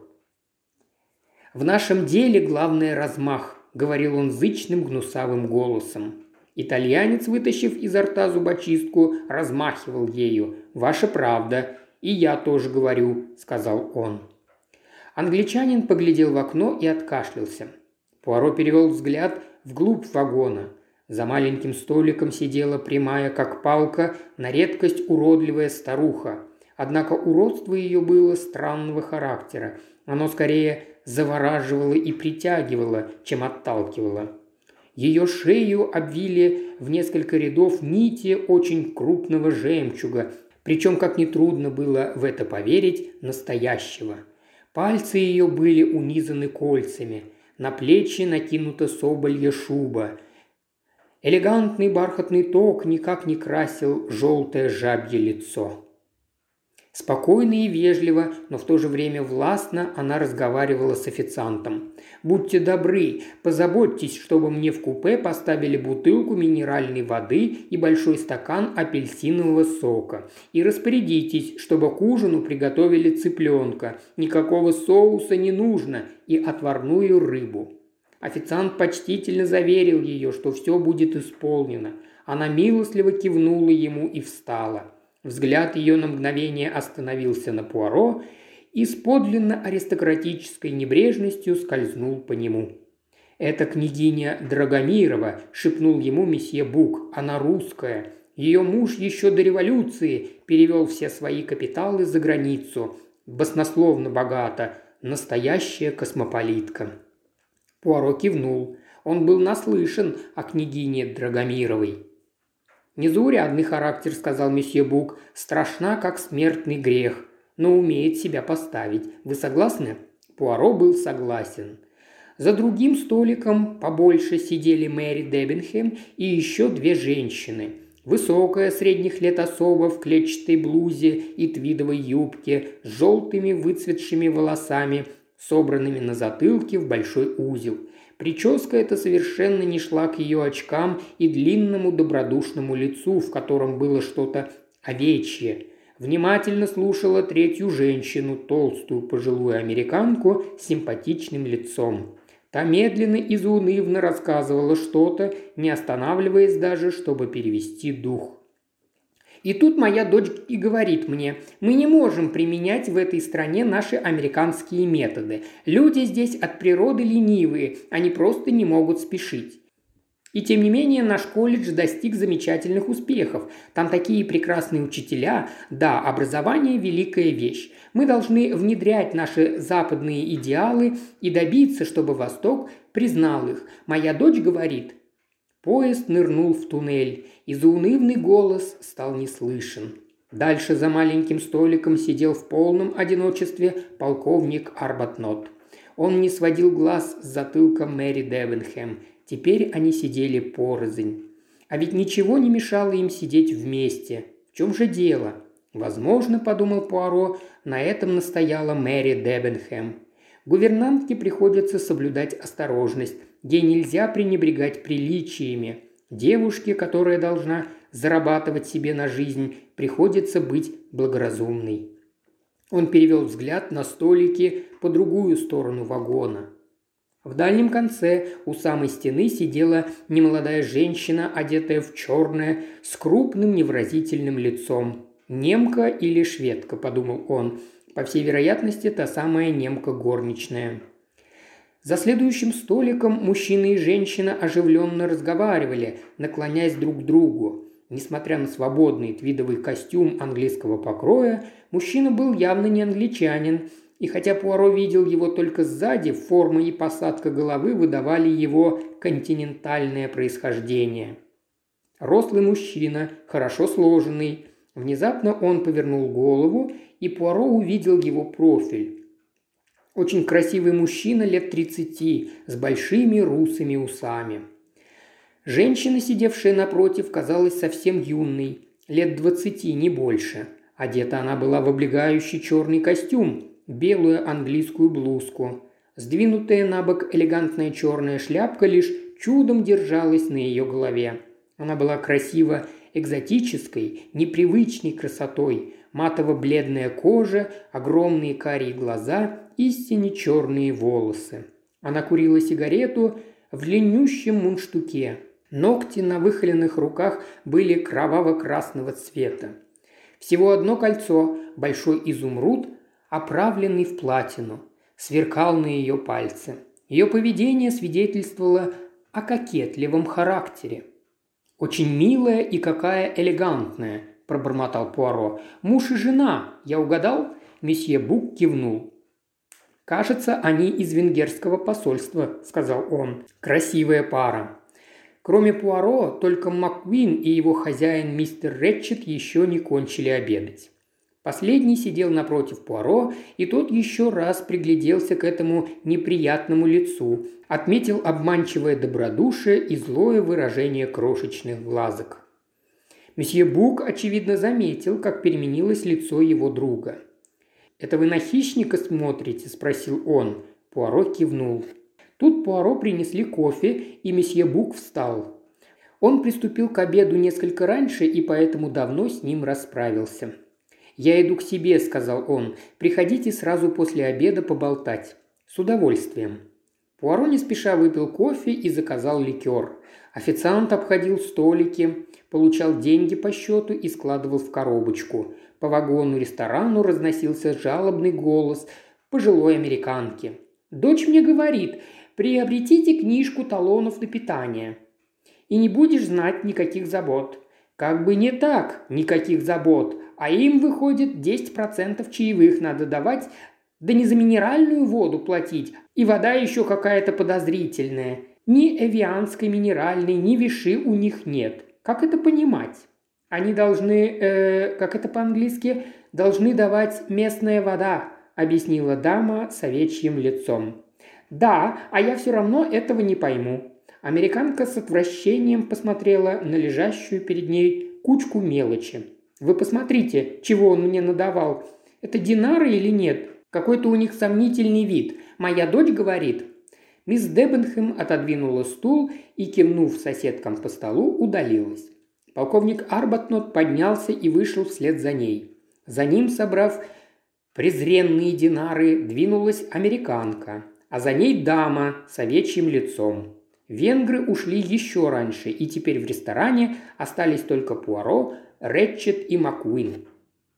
«В нашем деле главное размах», – говорил он зычным гнусавым голосом. Итальянец, вытащив изо рта зубочистку, размахивал ею. «Ваша правда. И я тоже говорю», – сказал он. Англичанин поглядел в окно и откашлялся. Пуаро перевел взгляд вглубь вагона. За маленьким столиком сидела прямая, как палка, на редкость уродливая старуха. Однако уродство ее было странного характера. Оно скорее завораживало и притягивало, чем отталкивало. Ее шею обвили в несколько рядов нити очень крупного жемчуга, причем, как нетрудно было в это поверить, настоящего. Пальцы ее были унизаны кольцами, на плечи накинута соболья шуба. Элегантный бархатный ток никак не красил желтое жабье лицо. Спокойно и вежливо, но в то же время властно она разговаривала с официантом. «Будьте добры, позаботьтесь, чтобы мне в купе поставили бутылку минеральной воды и большой стакан апельсинового сока. И распорядитесь, чтобы к ужину приготовили цыпленка. Никакого соуса не нужно и отварную рыбу». Официант почтительно заверил ее, что все будет исполнено. Она милостливо кивнула ему и встала. Взгляд ее на мгновение остановился на Пуаро и с подлинно аристократической небрежностью скользнул по нему. «Это княгиня Драгомирова», – шепнул ему месье Бук. «Она русская. Ее муж еще до революции перевел все свои капиталы за границу. Баснословно богата. Настоящая космополитка». Пуаро кивнул. Он был наслышан о княгине Драгомировой. «Незаурядный характер», – сказал месье Бук. «Страшна, как смертный грех, но умеет себя поставить. Вы согласны?» Пуаро был согласен. За другим столиком побольше сидели Мэри Деббинхэм и еще две женщины. Высокая, средних лет особа в клетчатой блузе и твидовой юбке, с желтыми выцветшими волосами, собранными на затылке в большой узел. Прическа эта совершенно не шла к ее очкам и длинному добродушному лицу, в котором было что-то овечье. Внимательно слушала третью женщину, толстую пожилую американку с симпатичным лицом. Та медленно и заунывно рассказывала что-то, не останавливаясь даже, чтобы перевести дух. И тут моя дочь и говорит мне: «Мы не можем применять в этой стране наши американские методы. Люди здесь от природы ленивые, они просто не могут спешить». И тем не менее наш колледж достиг замечательных успехов. Там такие прекрасные учителя. Да, образование – великая вещь. Мы должны внедрять наши западные идеалы и добиться, чтобы Восток признал их. Моя дочь говорит. Поезд нырнул в туннель, и заунывный голос стал неслышен. Дальше за маленьким столиком сидел в полном одиночестве полковник Арбатнот. Он не сводил глаз с затылка Мэри Деббинхэм. Теперь они сидели порознь. А ведь ничего не мешало им сидеть вместе. В чем же дело? Возможно, подумал Пуаро, на этом настояла Мэри Деббинхэм. Гувернантке приходится соблюдать осторожность. Ей нельзя пренебрегать приличиями. Девушке, которая должна зарабатывать себе на жизнь, приходится быть благоразумной. Он перевел взгляд на столики по другую сторону вагона. В дальнем конце у самой стены сидела немолодая женщина, одетая в черное, с крупным невыразительным лицом. «Немка или шведка», – подумал он. По всей вероятности, та самая немка горничная. За следующим столиком мужчина и женщина оживленно разговаривали, наклоняясь друг к другу. Несмотря на свободный твидовый костюм английского покроя, мужчина был явно не англичанин, и хотя Пуаро видел его только сзади, форма и посадка головы выдавали его континентальное происхождение. Рослый мужчина, хорошо сложенный. Внезапно он повернул голову, и Пуаро увидел его профиль. Очень красивый мужчина лет тридцати, с большими русыми усами. Женщина, сидевшая напротив, казалась совсем юной, лет двадцати, не больше. Одета она была в облегающий черный костюм, белую английскую блузку. Сдвинутая на бок элегантная черная шляпка лишь чудом держалась на ее голове. Она была красива экзотической, непривычной красотой, матово-бледная кожа, огромные карие глаза, истинно черные волосы. Она курила сигарету в длиннющем мундштуке. Ногти на выхоленных руках были кроваво-красного цвета. Всего одно кольцо, большой изумруд, оправленный в платину, сверкал на ее пальце. Ее поведение свидетельствовало о кокетливом характере. «Очень милая и какая элегантная», – пробормотал Пуаро. «Муж и жена, я угадал?» Месье Бук кивнул. «Кажется, они из венгерского посольства», – сказал он. «Красивая пара». Кроме Пуаро, только МакКуин и его хозяин мистер Рэтчет еще не кончили обедать. Последний сидел напротив Пуаро, и тот еще раз пригляделся к этому неприятному лицу, отметил обманчивое добродушие и злое выражение крошечных глазок. Месье Бук, очевидно, заметил, как переменилось лицо его друга. «Это вы на хищника смотрите?» – спросил он. Пуаро кивнул. Тут Пуаро принесли кофе, и месье Бук встал. Он приступил к обеду несколько раньше и поэтому давно с ним расправился. «Я иду к себе», – сказал он. «Приходите сразу после обеда поболтать». «С удовольствием». Пуаро не спеша выпил кофе и заказал ликер. Официант обходил столики, получал деньги по счету и складывал в коробочку. По вагону-ресторану разносился жалобный голос пожилой американки. «Дочь мне говорит, приобретите книжку талонов на питание. И не будешь знать никаких забот. Как бы не так, никаких забот, а им, выходит, десять процентов чаевых надо давать, да не за минеральную воду платить, и вода еще какая-то подозрительная. Ни эвианской минеральной, ни виши у них нет. Как это понимать? Они должны, э, как это по-английски, должны давать местная вода, объяснила дама с овечьим лицом. Да, а я все равно этого не пойму. Американка с отвращением посмотрела на лежащую перед ней кучку мелочи. Вы посмотрите, чего он мне надавал. Это динары или нет? Какой-то у них сомнительный вид. Моя дочь говорит. Мисс Дебенхэм отодвинула стул и, кивнув соседкам по столу, удалилась. Полковник Арбатнот поднялся и вышел вслед за ней. За ним, собрав презренные динары, двинулась американка, а за ней дама с овечьим лицом. Венгры ушли еще раньше, и теперь в ресторане остались только Пуаро, Рэтчет и Маккуин.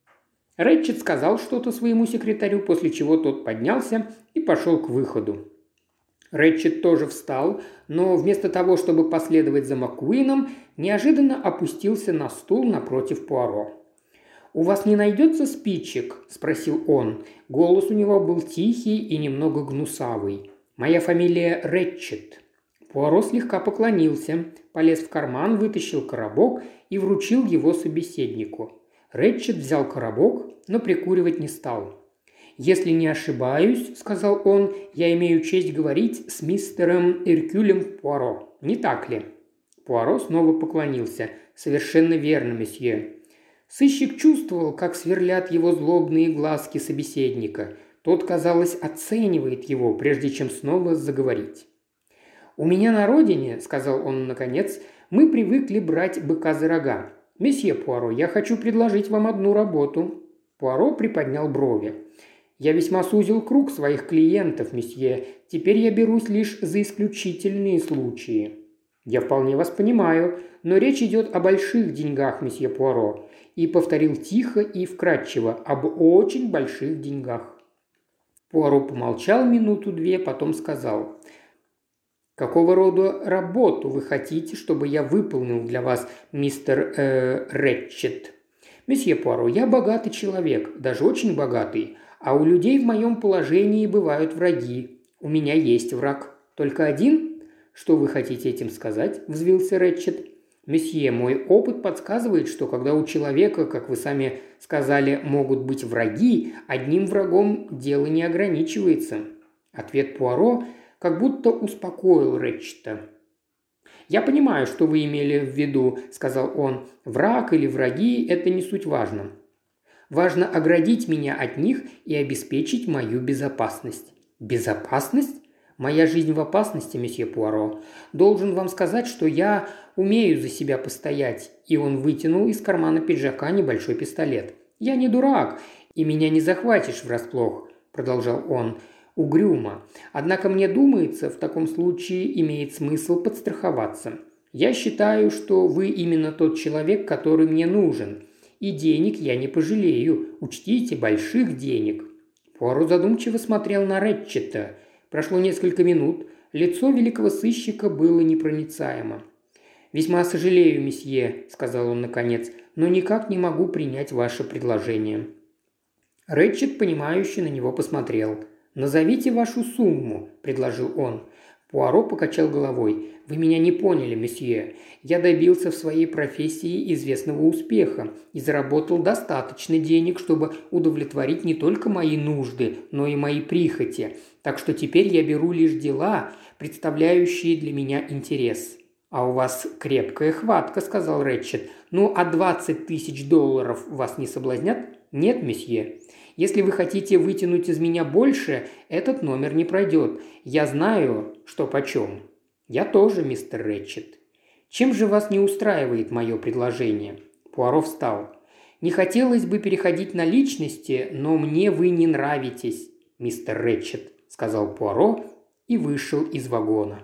Рэтчет сказал что-то своему секретарю, после чего тот поднялся и пошел к выходу. Рэтчет тоже встал, но вместо того, чтобы последовать за Маккуином, неожиданно опустился на стул напротив Пуаро. «У вас не найдется спичек?» – спросил он. Голос у него был тихий и немного гнусавый. «Моя фамилия Рэтчет». Пуаро слегка поклонился, полез в карман, вытащил коробок и вручил его собеседнику. Рэтчет взял коробок, но прикуривать не стал. «Если не ошибаюсь, — сказал он, — я имею честь говорить с мистером Эркюлем Пуаро. Не так ли?» Пуаро снова поклонился. «Совершенно верно, месье». Сыщик чувствовал, как сверлят его злобные глазки собеседника. Тот, казалось, оценивает его, прежде чем снова заговорить. «У меня на родине, — сказал он наконец, — мы привыкли брать быка за рога. Месье Пуаро, я хочу предложить вам одну работу». Пуаро приподнял брови. «Я весьма сузил круг своих клиентов, месье. Теперь я берусь лишь за исключительные случаи». «Я вполне вас понимаю, но речь идет о больших деньгах, месье Пуаро». И повторил тихо и вкратчиво: «об очень больших деньгах». Пуаро помолчал минуту-две, потом сказал: «Какого рода работу вы хотите, чтобы я выполнил для вас, мистер э, Рэтчет?» «Месье Пуаро, я богатый человек, даже очень богатый, а у людей в моем положении бывают враги. У меня есть враг. Только один?» «Что вы хотите этим сказать?» – взвился Рэтчет. «Месье, мой опыт подсказывает, что когда у человека, как вы сами сказали, могут быть враги, одним врагом дело не ограничивается». Ответ Пуаро как будто успокоил Рэтчета. «Я понимаю, что вы имели в виду», – сказал он. «Враг или враги – это не суть важно. Важно оградить меня от них и обеспечить мою безопасность». «Безопасность? Моя жизнь в опасности, месье Пуаро. Должен вам сказать, что я умею за себя постоять». И он вытянул из кармана пиджака небольшой пистолет. «Я не дурак, и меня не захватишь врасплох», – продолжал он угрюмо. «Однако мне думается, в таком случае имеет смысл подстраховаться. Я считаю, что вы именно тот человек, который мне нужен. И денег я не пожалею. Учтите, больших денег». Пуаро задумчиво смотрел на Рэтчета. Прошло несколько минут. Лицо великого сыщика было непроницаемо. «Весьма сожалею, месье», – сказал он наконец, – «но никак не могу принять ваше предложение». Рэтчет, понимающе на него посмотрел. «Назовите вашу сумму», – предложил он. Пуаро покачал головой. «Вы меня не поняли, месье. Я добился в своей профессии известного успеха и заработал достаточно денег, чтобы удовлетворить не только мои нужды, но и мои прихоти. Так что теперь я беру лишь дела, представляющие для меня интерес». «А у вас крепкая хватка», – сказал Рэтчет. «Ну, а двадцать тысяч долларов вас не соблазнят?» «Нет, месье. Если вы хотите вытянуть из меня больше, этот номер не пройдет. Я знаю, что почем». «Я тоже, мистер Рэтчет». «Чем же вас не устраивает мое предложение?» Пуаро встал. «Не хотелось бы переходить на личности, но мне вы не нравитесь, мистер Рэтчет», – сказал Пуаро и вышел из вагона.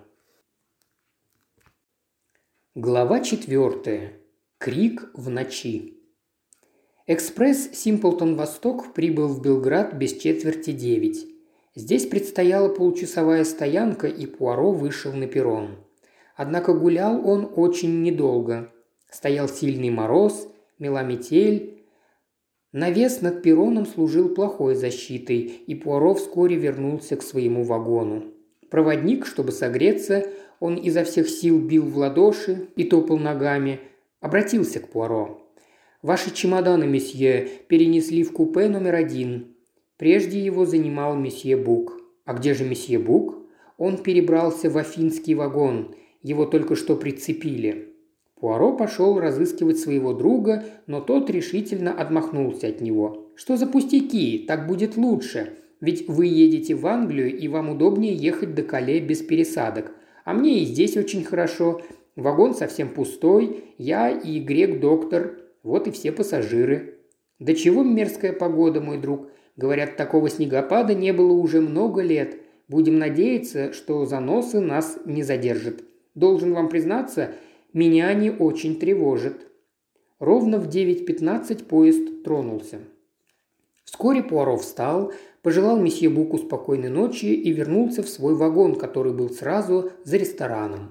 Глава четвертая. Крик в ночи. Экспресс «Симплтон-Восток» прибыл в Белград без четверти девять. Здесь предстояла получасовая стоянка, и Пуаро вышел на перрон. Однако гулял он очень недолго. Стоял сильный мороз, мела метель. Навес над перроном служил плохой защитой, и Пуаро вскоре вернулся к своему вагону. Проводник, чтобы согреться, он изо всех сил бил в ладоши и топал ногами, обратился к Пуаро. «Ваши чемоданы, месье, перенесли в купе номер один. Прежде его занимал месье Бук». «А где же месье Бук?» «Он перебрался в афинский вагон. Его только что прицепили». Пуаро пошел разыскивать своего друга, но тот решительно отмахнулся от него. «Что за пустяки? Так будет лучше. Ведь вы едете в Англию, и вам удобнее ехать до Кале без пересадок. А мне и здесь очень хорошо. Вагон совсем пустой, я и грек-доктор. Вот и все пассажиры». «Да чего мерзкая погода, мой друг. Говорят, такого снегопада не было уже много лет. Будем надеяться, что заносы нас не задержат. Должен вам признаться, меня они очень тревожат». Ровно в девять пятнадцать поезд тронулся. Вскоре Пуаро встал, пожелал месье Буку спокойной ночи и вернулся в свой вагон, который был сразу за рестораном.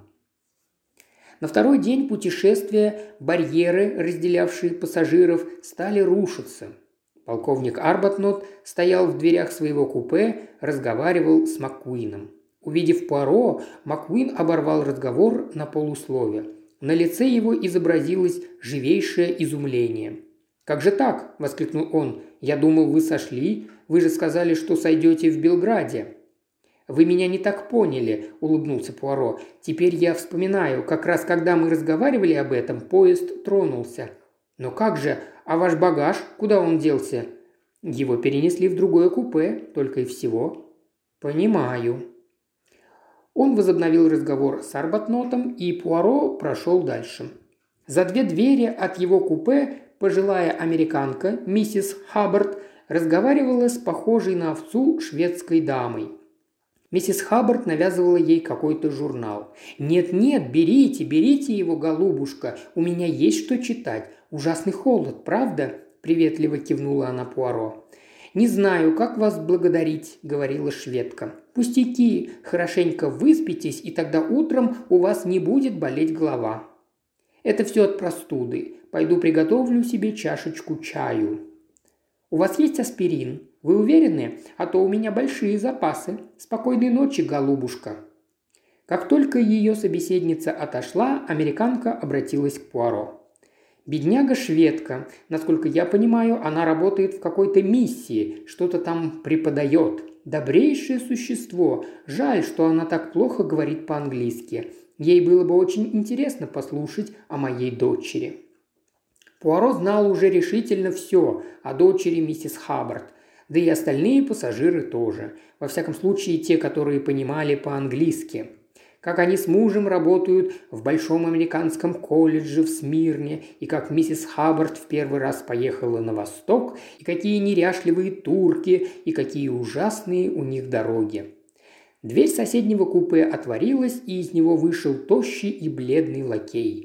На второй день путешествия барьеры, разделявшие пассажиров, стали рушиться. Полковник Арбатнот стоял в дверях своего купе, разговаривал с Маккуином. Увидев Пуаро, Маккуин оборвал разговор на полуслове. На лице его изобразилось живейшее изумление. «Как же так?» – воскликнул он. «Я думал, вы сошли. Вы же сказали, что сойдете в Белграде». «Вы меня не так поняли», – улыбнулся Пуаро. «Теперь я вспоминаю, как раз когда мы разговаривали об этом, поезд тронулся». «Но как же? А ваш багаж? Куда он делся?» «Его перенесли в другое купе, только и всего». «Понимаю». Он возобновил разговор с Арбатнотом, и Пуаро прошел дальше. За две двери от его купе пожилая американка, миссис Хаббард, разговаривала с похожей на овцу шведской дамой. Миссис Хаббард навязывала ей какой-то журнал. «Нет-нет, берите, берите его, голубушка, у меня есть что читать. Ужасный холод, правда?» – приветливо кивнула она Пуаро. «Не знаю, как вас благодарить», – говорила шведка. «Пустяки, хорошенько выспитесь, и тогда утром у вас не будет болеть голова». «Это все от простуды. Пойду приготовлю себе чашечку чаю». «У вас есть аспирин? Вы уверены? А то у меня большие запасы. Спокойной ночи, голубушка». Как только ее собеседница отошла, американка обратилась к Пуаро. «Бедняга-шведка. Насколько я понимаю, она работает в какой-то миссии, что-то там преподает. Добрейшее существо. Жаль, что она так плохо говорит по-английски. Ей было бы очень интересно послушать о моей дочери». Пуаро знал уже решительно все о дочери миссис Хаббард, да и остальные пассажиры тоже. Во всяком случае, те, которые понимали по-английски. Как они с мужем работают в большом американском колледже в Смирне, и как миссис Хаббард в первый раз поехала на восток, и какие неряшливые турки, и какие ужасные у них дороги. Дверь соседнего купе отворилась, и из него вышел тощий и бледный лакей.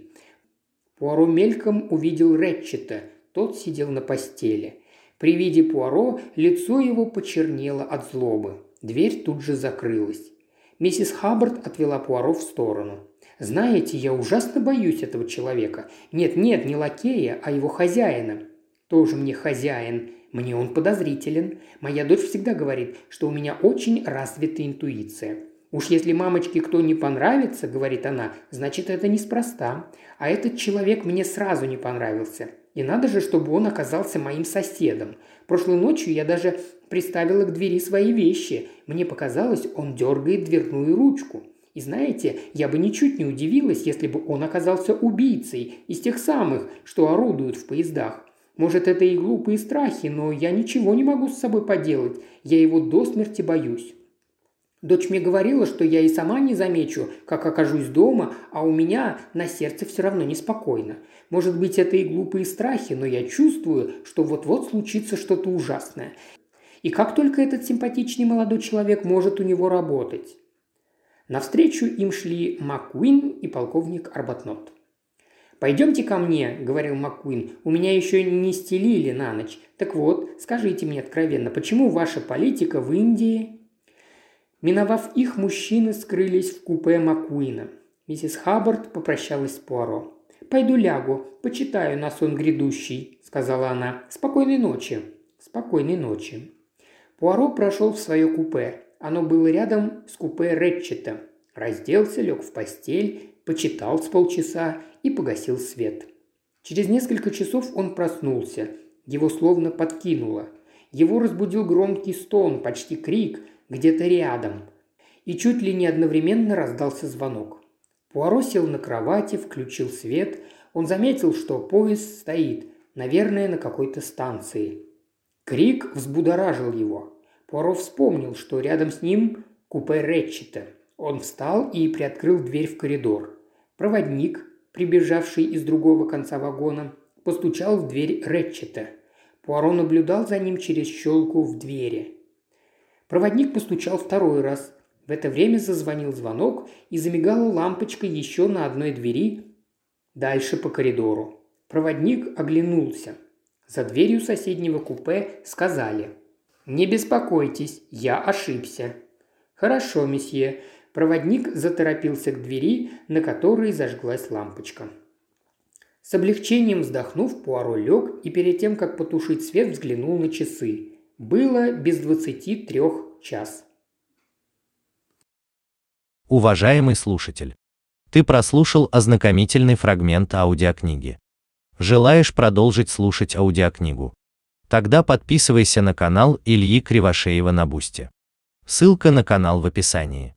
Пуаро мельком увидел Рэтчета, тот сидел на постели. При виде Пуаро лицо его почернело от злобы. Дверь тут же закрылась. Миссис Хаббард отвела Пуаро в сторону. «Знаете, я ужасно боюсь этого человека. Нет-нет, не лакея, а его хозяина». «Тоже мне хозяин. Мне он подозрителен. Моя дочь всегда говорит, что у меня очень развита интуиция. Уж если мамочке кто не понравится, говорит она, значит, это неспроста. А этот человек мне сразу не понравился. И надо же, чтобы он оказался моим соседом. Прошлой ночью я даже приставила к двери свои вещи. Мне показалось, он дергает дверную ручку. И знаете, я бы ничуть не удивилась, если бы он оказался убийцей из тех самых, что орудуют в поездах. Может, это и глупые страхи, но я ничего не могу с собой поделать. Я его до смерти боюсь. Дочь мне говорила, что я и сама не замечу, как окажусь дома, а у меня на сердце все равно неспокойно. Может быть, это и глупые страхи, но я чувствую, что вот-вот случится что-то ужасное. И как только этот симпатичный молодой человек может у него работать?» Навстречу им шли Маккуин и полковник Арбатнот. «Пойдемте ко мне», – говорил Маккуин, – «у меня еще не стелили на ночь. Так вот, скажите мне откровенно, почему ваша политика в Индии...» Миновав их, мужчины скрылись в купе Маккуина. Миссис Хаббард попрощалась с Пуаро. «Пойду лягу, почитаю на сон грядущий», – сказала она. «Спокойной ночи». «Спокойной ночи». Пуаро прошел в свое купе. Оно было рядом с купе Ретчета. Разделся, лег в постель, почитал с полчаса и погасил свет. Через несколько часов он проснулся. Его словно подкинуло. Его разбудил громкий стон, почти крик, где-то рядом. И чуть ли не одновременно раздался звонок. Пуаро сел на кровати, включил свет. Он заметил, что поезд стоит, наверное, на какой-то станции. Крик взбудоражил его. Пуаро вспомнил, что рядом с ним купе Ретчета. Он встал и приоткрыл дверь в коридор. Проводник, прибежавший из другого конца вагона, постучал в дверь Ретчета. Пуаро наблюдал за ним через щелку в двери. Проводник постучал второй раз. В это время зазвонил звонок и замигала лампочка еще на одной двери дальше по коридору. Проводник оглянулся. За дверью соседнего купе сказали: «Не беспокойтесь, я ошибся». «Хорошо, месье». Проводник заторопился к двери, на которой зажглась лампочка. С облегчением вздохнув, Пуаро лег и перед тем, как потушить свет, взглянул на часы. Было без двадцати трех час. Уважаемый слушатель, ты прослушал ознакомительный фрагмент аудиокниги. Желаешь продолжить слушать аудиокнигу? Тогда подписывайся на канал Ильи Кривошеева на Бусти. Ссылка на канал в описании.